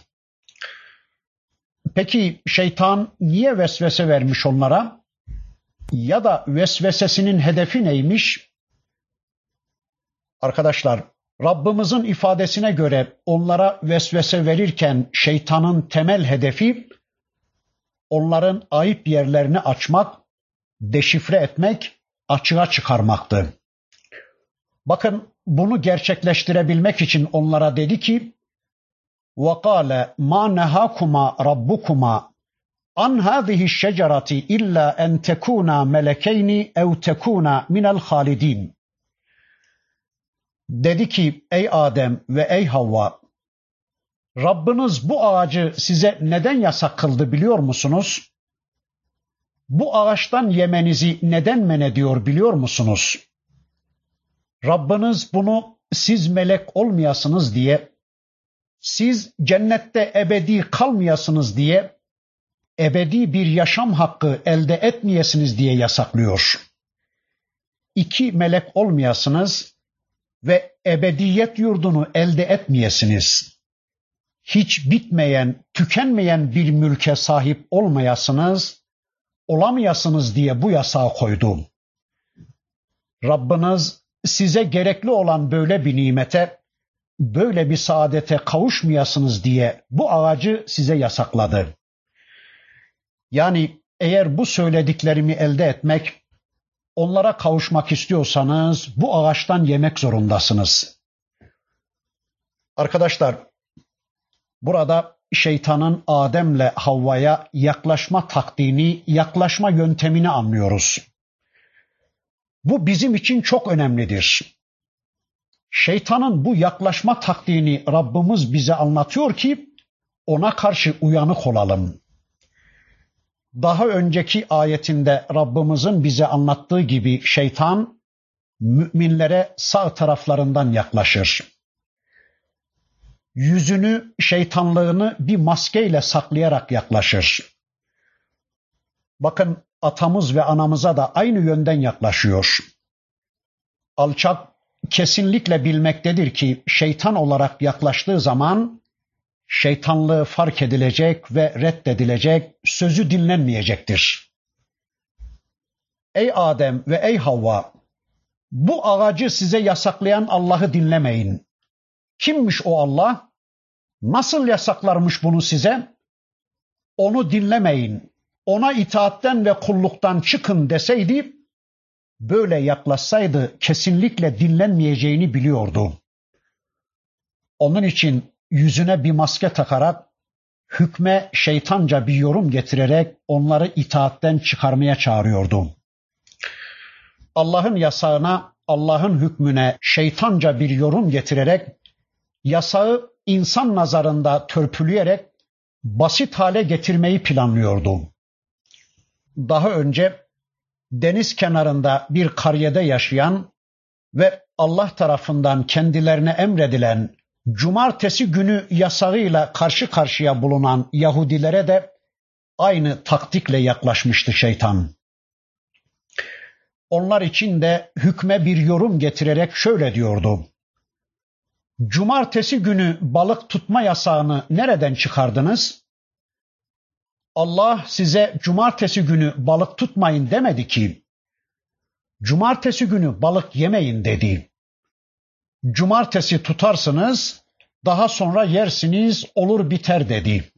Peki şeytan niye vesvese vermiş onlara? Ya da vesvesesinin hedefi neymiş? Arkadaşlar, Rabbimizin ifadesine göre onlara vesvese verirken şeytanın temel hedefi onların ayıp yerlerini açmak, deşifre etmek, açığa çıkarmaktı. Bakın bunu gerçekleştirebilmek için onlara dedi ki وَقَالَ مَا نَهَاكُمَا رَبُّكُمَا عَنْ هَذِهِ الشَّجَرَةِ إِلَّا أَنْ تَكُونَا مَلَكَيْنِ اَوْ تَكُونَا مِنَ الْخَالِدِينَ. Dedi ki ey Adem ve ey Havva, Rabbiniz bu ağacı size neden yasak kıldı biliyor musunuz? Bu ağaçtan yemenizi neden men ediyor biliyor musunuz? Rabbiniz bunu siz melek olmayasınız diye, siz cennette ebedi kalmayasınız diye, ebedi bir yaşam hakkı elde etmeyesiniz diye yasaklıyor. 2 melek olmayasınız ve ebediyet yurdunu elde etmeyesiniz. Hiç bitmeyen, tükenmeyen bir mülke sahip olmayasınız, olamayasınız diye bu yasağı koydu. Rabbiniz size gerekli olan böyle bir nimete, böyle bir saadete kavuşmayasınız diye bu ağacı size yasakladı. Yani eğer bu söylediklerimi elde etmek, onlara kavuşmak istiyorsanız bu ağaçtan yemek zorundasınız. Arkadaşlar, burada şeytanın Adem'le Havva'ya yaklaşma taktiğini, yaklaşma yöntemini anlıyoruz. Bu bizim için çok önemlidir. Şeytanın bu yaklaşma taktiğini Rabbimiz bize anlatıyor ki ona karşı uyanık olalım. Daha önceki ayetinde Rabbimizin bize anlattığı gibi şeytan müminlere sağ taraflarından yaklaşır. Yüzünü, şeytanlığını bir maskeyle saklayarak yaklaşır. Bakın atamız ve anamıza da aynı yönden yaklaşıyor. Alçak kesinlikle bilmektedir ki şeytan olarak yaklaştığı zaman şeytanlığı fark edilecek ve reddedilecek, sözü dinlenmeyecektir. Ey Adem ve ey Havva, bu ağacı size yasaklayan Allah'ı dinlemeyin. Kimmiş o Allah? Nasıl yasaklarmış bunu size? Onu dinlemeyin. Ona itaatten ve kulluktan çıkın deseydi, böyle yaklaşsaydı kesinlikle dinlenmeyeceğini biliyordu. Onun için yüzüne bir maske takarak, hükme şeytanca bir yorum getirerek onları itaatten çıkarmaya çağırıyordu. Allah'ın yasağına, Allah'ın hükmüne şeytanca bir yorum getirerek, yasağı insan nazarında törpüleyerek basit hale getirmeyi planlıyordu. Daha önce deniz kenarında bir karyede yaşayan ve Allah tarafından kendilerine emredilen cumartesi günü yasağıyla karşı karşıya bulunan Yahudilere de aynı taktikle yaklaşmıştı şeytan. Onlar için de hükme bir yorum getirerek şöyle diyordu: Cumartesi günü balık tutma yasağını nereden çıkardınız? Allah size cumartesi günü balık tutmayın demedi ki. Cumartesi günü balık yemeyin dedi. Cumartesi tutarsınız, daha sonra yersiniz, olur biter dedi.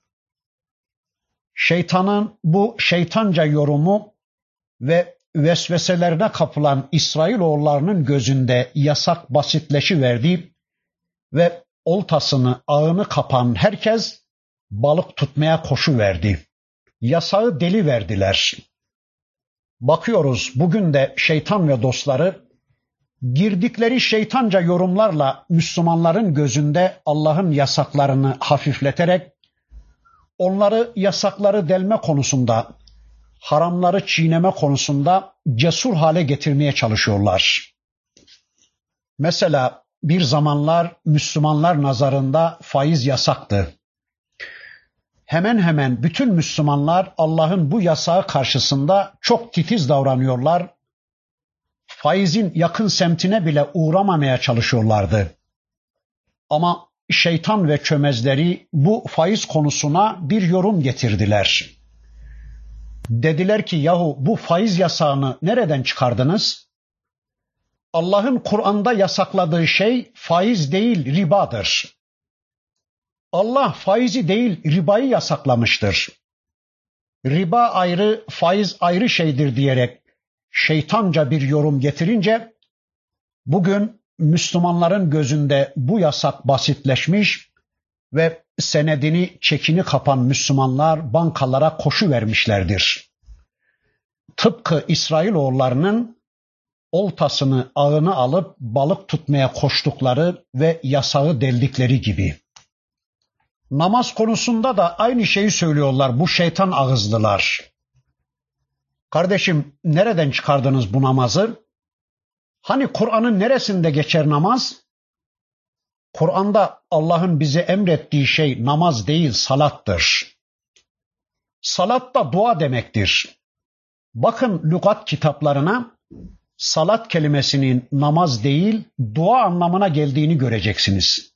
Şeytanın bu şeytanca yorumu ve vesveselerine kapılan İsrailoğullarının gözünde yasak basitleşiverdi ve oltasını, ağını kapan herkes balık tutmaya koşuverdi. Yasağı deli verdiler. Bakıyoruz bugün de şeytan ve dostları girdikleri şeytanca yorumlarla Müslümanların gözünde Allah'ın yasaklarını hafifleterek onları yasakları delme konusunda, haramları çiğneme konusunda cesur hale getirmeye çalışıyorlar. Mesela bir zamanlar Müslümanlar nazarında faiz yasaktı. Hemen hemen bütün Müslümanlar Allah'ın bu yasağı karşısında çok titiz davranıyorlar. Faizin yakın semtine bile uğramamaya çalışıyorlardı. Ama şeytan ve çömezleri bu faiz konusuna bir yorum getirdiler. Dediler ki yahu bu faiz yasağını nereden çıkardınız? Allah'ın Kur'an'da yasakladığı şey faiz değil ribadır. Allah faizi değil ribayı yasaklamıştır. Riba ayrı, faiz ayrı şeydir diyerek şeytanca bir yorum getirince bugün Müslümanların gözünde bu yasak basitleşmiş ve senedini, çekini kapan Müslümanlar bankalara koşu vermişlerdir. Tıpkı İsrailoğullarının oltasını, ağını alıp balık tutmaya koştukları ve yasağı deldikleri gibi. Namaz konusunda da aynı şeyi söylüyorlar bu şeytan ağızlılar. Kardeşim nereden çıkardınız bu namazı? Hani Kur'an'ın neresinde geçer namaz? Kur'an'da Allah'ın bize emrettiği şey namaz değil salattır. Salat da dua demektir. Bakın lügat kitaplarına salat kelimesinin namaz değil dua anlamına geldiğini göreceksiniz.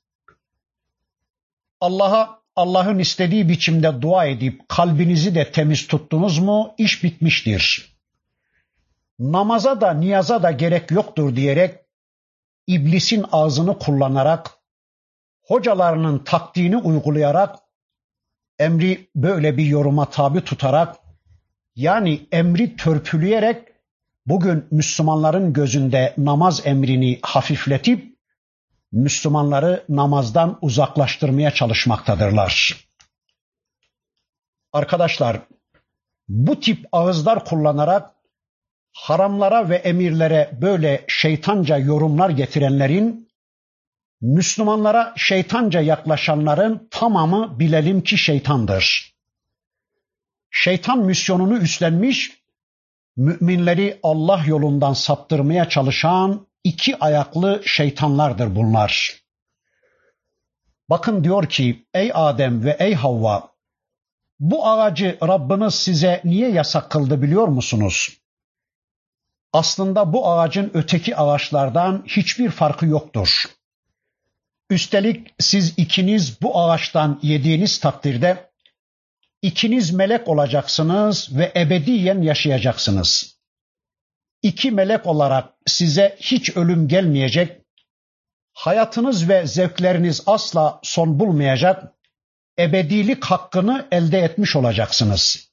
Allah'ın istediği biçimde dua edip kalbinizi de temiz tuttunuz mu iş bitmiştir. Namaza da niyaza da gerek yoktur diyerek iblisin ağzını kullanarak hocalarının taktiğini uygulayarak emri böyle bir yoruma tabi tutarak yani emri törpüleyerek bugün Müslümanların gözünde namaz emrini hafifletip Müslümanları namazdan uzaklaştırmaya çalışmaktadırlar. Arkadaşlar bu tip ağızlar kullanarak haramlara ve emirlere böyle şeytanca yorumlar getirenlerin, Müslümanlara şeytanca yaklaşanların tamamı bilelim ki şeytandır. Şeytan misyonunu üstlenmiş, müminleri Allah yolundan saptırmaya çalışan iki ayaklı şeytanlardır bunlar. Bakın diyor ki ey Adem ve ey Havva, bu ağacı Rabbiniz size niye yasak kıldı biliyor musunuz? Aslında bu ağacın öteki ağaçlardan hiçbir farkı yoktur. Üstelik siz ikiniz bu ağaçtan yediğiniz takdirde ikiniz melek olacaksınız ve ebediyen yaşayacaksınız. İki melek olarak size hiç ölüm gelmeyecek, hayatınız ve zevkleriniz asla son bulmayacak, ebedilik hakkını elde etmiş olacaksınız.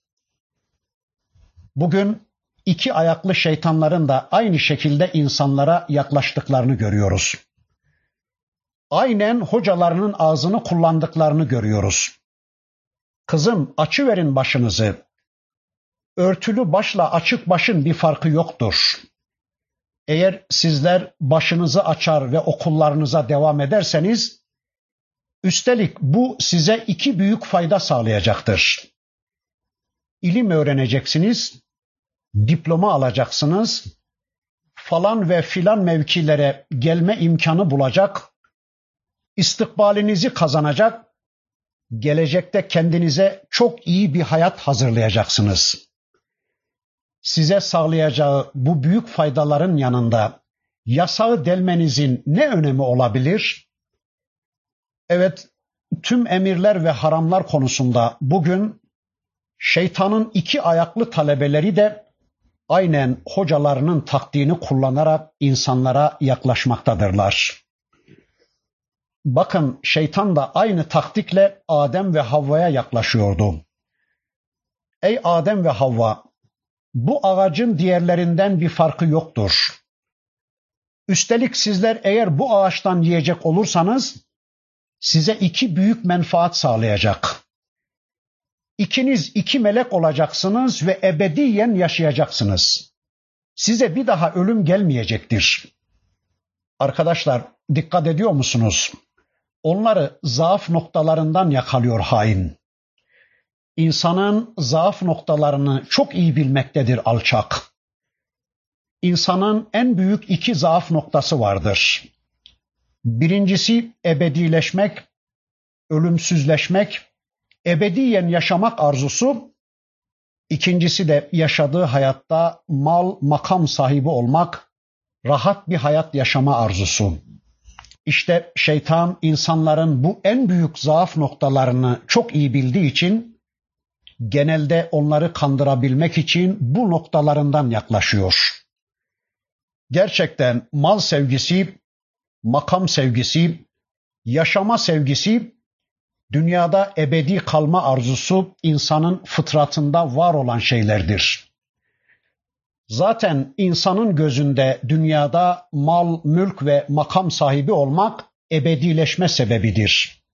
Bugün iki ayaklı şeytanların da aynı şekilde insanlara yaklaştıklarını görüyoruz. Aynen hocalarının ağzını kullandıklarını görüyoruz. Kızım açıverin başınızı. Örtülü başla açık başın bir farkı yoktur. Eğer sizler başınızı açar ve okullarınıza devam ederseniz, üstelik bu size iki büyük fayda sağlayacaktır. İlim öğreneceksiniz, diploma alacaksınız, falan ve filan mevkilere gelme imkanı bulacak, istikbalinizi kazanacak, gelecekte kendinize çok iyi bir hayat hazırlayacaksınız. Size sağlayacağı bu büyük faydaların yanında yasağı delmenizin ne önemi olabilir? Evet, tüm emirler ve haramlar konusunda bugün şeytanın iki ayaklı talebeleri de aynen hocalarının taktiğini kullanarak insanlara yaklaşmaktadırlar. Bakın şeytan da aynı taktikle Adem ve Havva'ya yaklaşıyordu. Ey Adem ve Havva, bu ağacın diğerlerinden bir farkı yoktur. Üstelik sizler eğer bu ağaçtan yiyecek olursanız size iki büyük menfaat sağlayacak. İkiniz iki melek olacaksınız ve ebediyen yaşayacaksınız. Size bir daha ölüm gelmeyecektir. Arkadaşlar dikkat ediyor musunuz? Onları zaaf noktalarından yakalıyor hain. İnsanın zaaf noktalarını çok iyi bilmektedir alçak. İnsanın en büyük iki zaaf noktası vardır. Birincisi ebedileşmek, ölümsüzleşmek, ebediyen yaşamak arzusu. İkincisi de yaşadığı hayatta mal, makam sahibi olmak, rahat bir hayat yaşama arzusu. İşte şeytan insanların bu en büyük zaaf noktalarını çok iyi bildiği için genelde onları kandırabilmek için bu noktalarından yaklaşıyor. Gerçekten mal sevgisi, makam sevgisi, yaşama sevgisi, dünyada ebedi kalma arzusu insanın fıtratında var olan şeylerdir. Zaten insanın gözünde dünyada mal, mülk ve makam sahibi olmak ebedileşme sebebidir.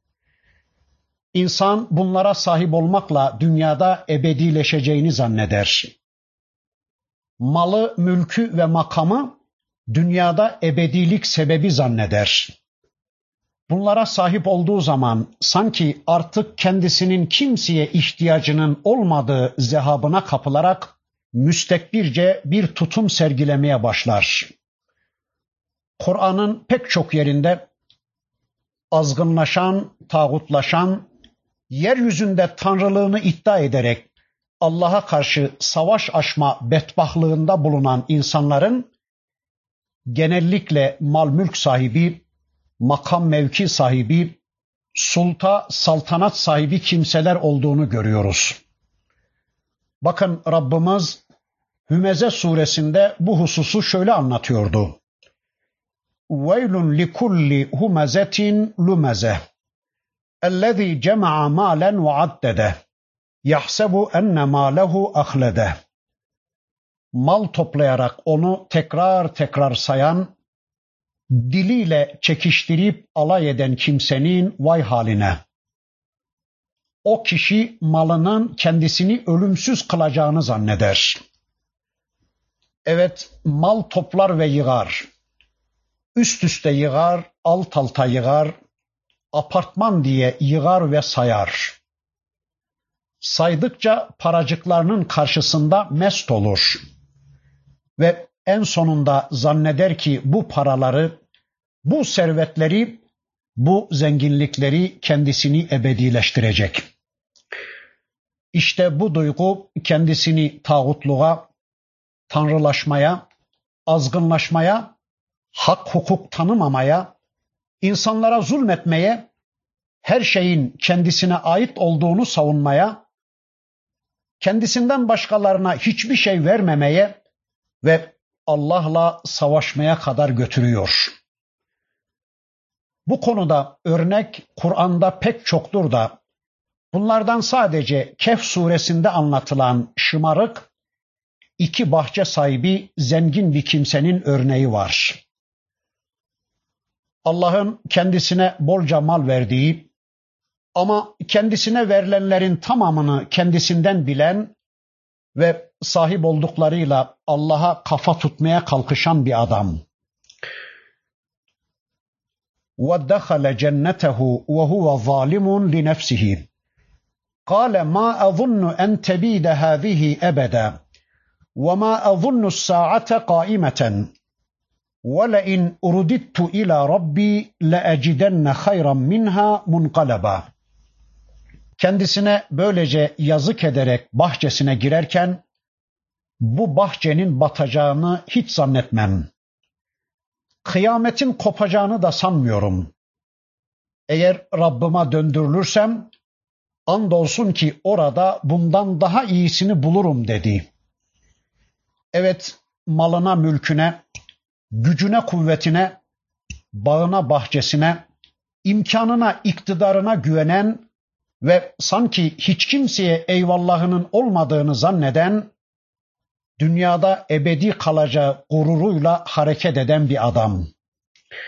İnsan bunlara sahip olmakla dünyada ebedileşeceğini zanneder. Malı, mülkü ve makamı dünyada ebedilik sebebi zanneder. Bunlara sahip olduğu zaman sanki artık kendisinin kimseye ihtiyacının olmadığı zehabına kapılarak müstekbirce bir tutum sergilemeye başlar. Kur'an'ın pek çok yerinde azgınlaşan, tağutlaşan, yeryüzünde tanrılığını iddia ederek Allah'a karşı savaş açma bedbahtlığında bulunan insanların genellikle mal mülk sahibi, makam mevki sahibi, saltanat sahibi kimseler olduğunu görüyoruz. Bakın Rabbimiz Hümeze suresinde bu hususu şöyle anlatıyordu. Veylun likulli humezetin lumeze ellezî cema'a mâlen ve addede yahsebu enne mâlehu ahlede. Mal toplayarak onu tekrar tekrar sayan, diliyle çekiştirip alay eden kimsenin vay haline. O kişi malının kendisini ölümsüz kılacağını zanneder. Evet, mal toplar ve yığar. Üst üste yığar, alt alta yığar, apartman diye yığar ve sayar. Saydıkça paracıklarının karşısında mest olur. Ve en sonunda zanneder ki bu paraları, bu servetleri, bu zenginlikleri kendisini ebedileştirecek. İşte bu duygu kendisini tağutluğa, tanrılaşmaya, azgınlaşmaya, hak hukuk tanımamaya, insanlara zulmetmeye, her şeyin kendisine ait olduğunu savunmaya, kendisinden başkalarına hiçbir şey vermemeye ve Allah'la savaşmaya kadar götürüyor. Bu konuda örnek Kur'an'da pek çoktur da bunlardan sadece Kehf suresinde anlatılan şımarık, iki bahçe sahibi zengin bir kimsenin örneği var. Allah'ın kendisine bolca mal verdiği ama kendisine verilenlerin tamamını kendisinden bilen ve sahip olduklarıyla Allah'a kafa tutmaya kalkışan bir adam. وَدَّخَلَ جَنَّتَهُ وَهُوَ ظَالِمٌ لِنَفْسِهِ قَالَ مَا أَظُنُّ أَنْ تَبِيدَ هَذِهِ أَبَدًا وَمَا أَظُنُّ السَّاعَةَ قَائِمَةً وَلَئِنْ أُرُدِدتُّ إِلَى رَبِّي لَأَجِدَنَّ خَيْرًا مِنْهَا مُنْقَلَبًا. Kendisine böylece yazık ederek bahçesine girerken bu bahçenin batacağını hiç zannetmem. Kıyametin kopacağını da sanmıyorum. Eğer Rabbime döndürülürsem andolsun ki orada bundan daha iyisini bulurum dedi. Evet, malına, mülküne, gücüne, kuvvetine, bağına, bahçesine, imkanına, iktidarına güvenen ve sanki hiç kimseye eyvallahının olmadığını zanneden, dünyada ebedi kalacağı gururuyla hareket eden bir adam.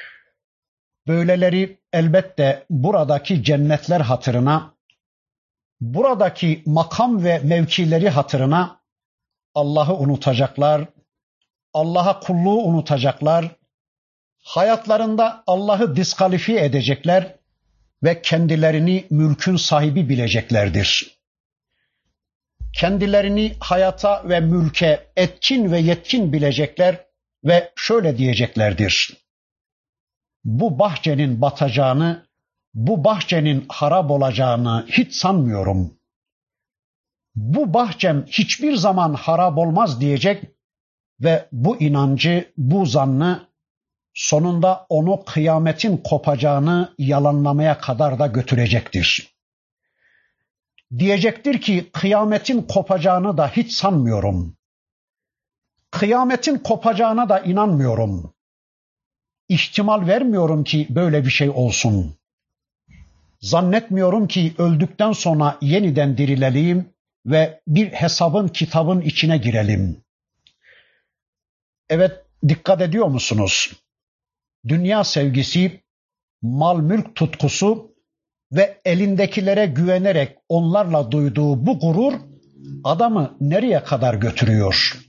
Böyleleri elbette buradaki cennetler hatırına, buradaki makam ve mevkileri hatırına Allah'ı unutacaklar, Allah'a kulluğu unutacaklar, hayatlarında Allah'ı diskalifiye edecekler ve kendilerini mülkün sahibi bileceklerdir. Kendilerini hayata ve mülke etkin ve yetkin bilecekler ve şöyle diyeceklerdir: bu bahçenin batacağını, bu bahçenin harap olacağını hiç sanmıyorum. Bu bahçem hiçbir zaman harap olmaz diyecek ve bu inancı, bu zannı sonunda onu kıyametin kopacağını yalanlamaya kadar da götürecektir. Diyecektir ki kıyametin kopacağını da hiç sanmıyorum. Kıyametin kopacağına da inanmıyorum. İhtimal vermiyorum ki böyle bir şey olsun. Zannetmiyorum ki öldükten sonra yeniden dirilelim ve bir hesabın kitabın içine girelim. Evet, dikkat ediyor musunuz? Dünya sevgisi, mal mülk tutkusu ve elindekilere güvenerek onlarla duyduğu bu gurur adamı nereye kadar götürüyor?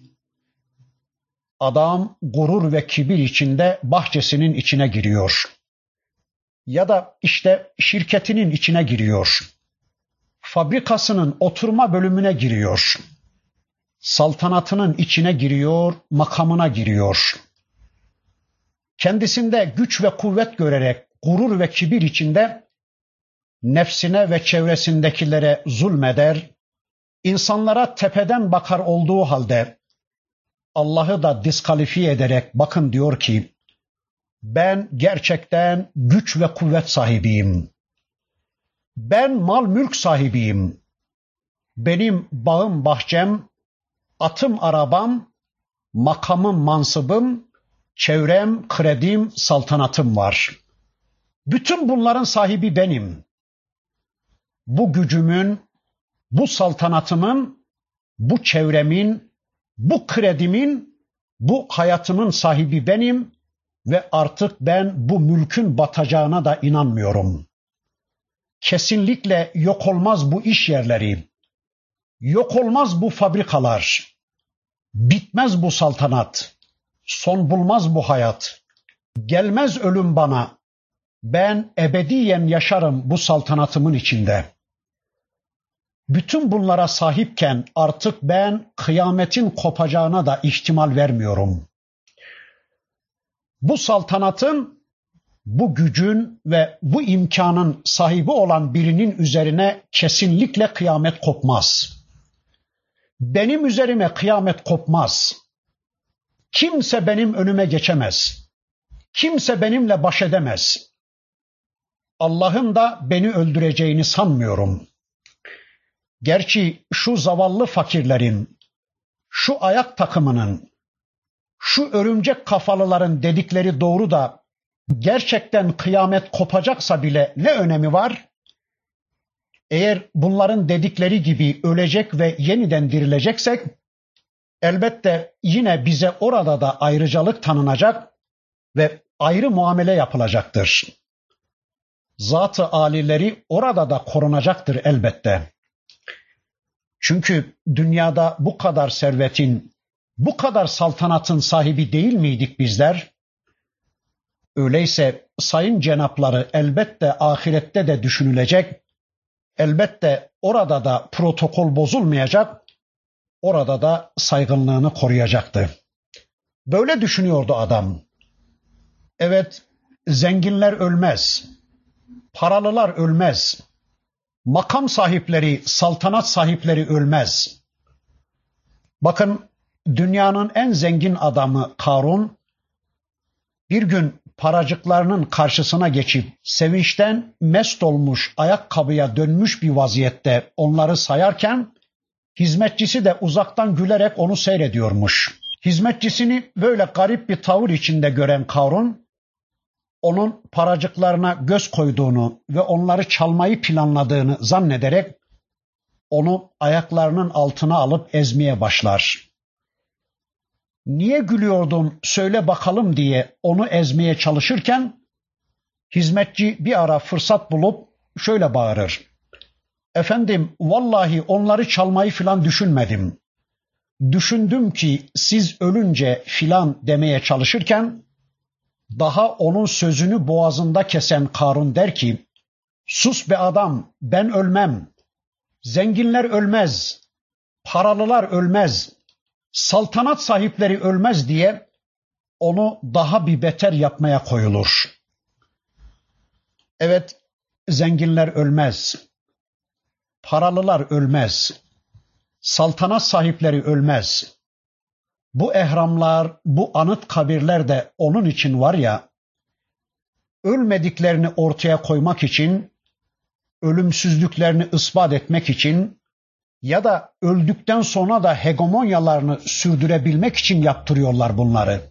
Adam gurur ve kibir içinde bahçesinin içine giriyor. Ya da işte şirketinin içine giriyor. Fabrikasının oturma bölümüne giriyor. Saltanatının içine giriyor, makamına giriyor. Kendisinde güç ve kuvvet görerek gurur ve kibir içinde nefsine ve çevresindekilere zulmeder, insanlara tepeden bakar olduğu halde Allah'ı da diskalifiye ederek bakın diyor ki ben gerçekten güç ve kuvvet sahibiyim. Ben mal mülk sahibiyim. Benim bağım bahçem, atım arabam, makamım mansıbım, çevrem, kredim, saltanatım var. Bütün bunların sahibi benim. Bu gücümün, bu saltanatımın, bu çevremin, bu kredimin, bu hayatımın sahibi benim ve artık ben bu mülkün batacağına da inanmıyorum. Kesinlikle yok olmaz bu iş yerleri, yok olmaz bu fabrikalar, bitmez bu saltanat, son bulmaz bu hayat, gelmez ölüm bana, ben ebediyen yaşarım bu saltanatımın içinde. Bütün bunlara sahipken artık ben kıyametin kopacağına da ihtimal vermiyorum. Bu saltanatın, bu gücün ve bu imkanın sahibi olan birinin üzerine kesinlikle kıyamet kopmaz. Benim üzerime kıyamet kopmaz. Kimse benim önüme geçemez. Kimse benimle baş edemez. Allah'ın da beni öldüreceğini sanmıyorum. Gerçi şu zavallı fakirlerin, şu ayak takımının, şu örümcek kafalıların dedikleri doğru da gerçekten kıyamet kopacaksa bile ne önemi var? Eğer bunların dedikleri gibi ölecek ve yeniden dirileceksek elbette yine bize orada da ayrıcalık tanınacak ve ayrı muamele yapılacaktır. Zat-ı âlileri orada da korunacaktır elbette. Çünkü dünyada bu kadar servetin, bu kadar saltanatın sahibi değil miydik bizler? Öyleyse sayın cenapları elbette ahirette de düşünülecek, elbette orada da protokol bozulmayacak, orada da saygınlığını koruyacaktı. Böyle düşünüyordu adam. Evet, zenginler ölmez, paralılar ölmez, makam sahipleri, saltanat sahipleri ölmez. Bakın dünyanın en zengin adamı Karun bir gün paracıklarının karşısına geçip sevinçten mest olmuş ayakkabıya dönmüş bir vaziyette onları sayarken hizmetçisi de uzaktan gülerek onu seyrediyormuş. Hizmetçisini böyle garip bir tavır içinde gören Karun onun paracıklarına göz koyduğunu ve onları çalmayı planladığını zannederek onu ayaklarının altına alıp ezmeye başlar. Niye gülüyordun söyle bakalım diye onu ezmeye çalışırken hizmetçi bir ara fırsat bulup şöyle bağırır. Efendim vallahi onları çalmayı filan düşünmedim. Düşündüm ki siz ölünce filan demeye çalışırken daha onun sözünü boğazında kesen Karun der ki sus be adam ben ölmem. Zenginler ölmez. Paralılar ölmez. Saltanat sahipleri ölmez diye onu daha bir beter yapmaya koyulur. Evet, zenginler ölmez. Paralılar ölmez. Saltanat sahipleri ölmez. Bu ehramlar, bu anıt kabirler de onun için var ya, ölmediklerini ortaya koymak için, ölümsüzlüklerini ispat etmek için ya da öldükten sonra da hegemonyalarını sürdürebilmek için yaptırıyorlar bunları.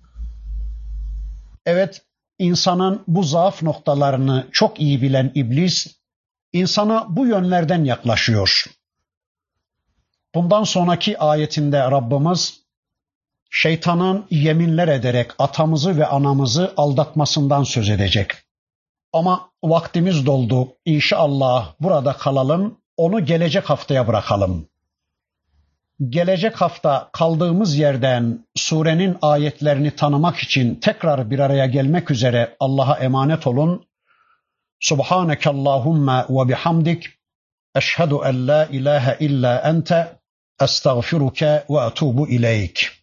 Evet, insanın bu zaaf noktalarını çok iyi bilen iblis, insana bu yönlerden yaklaşıyor. Bundan sonraki ayetinde Rabbimiz, şeytanın yeminler ederek atamızı ve anamızı aldatmasından söz edecek. Ama vaktimiz doldu. İnşallah burada kalalım, onu gelecek haftaya bırakalım. Gelecek hafta kaldığımız yerden surenin ayetlerini tanımak için tekrar bir araya gelmek üzere Allah'a emanet olun. Subhaneke Allahumma ve bihamdik. Eşhedü en la ilahe illa ente. Estağfiruke ve etubu ileyk.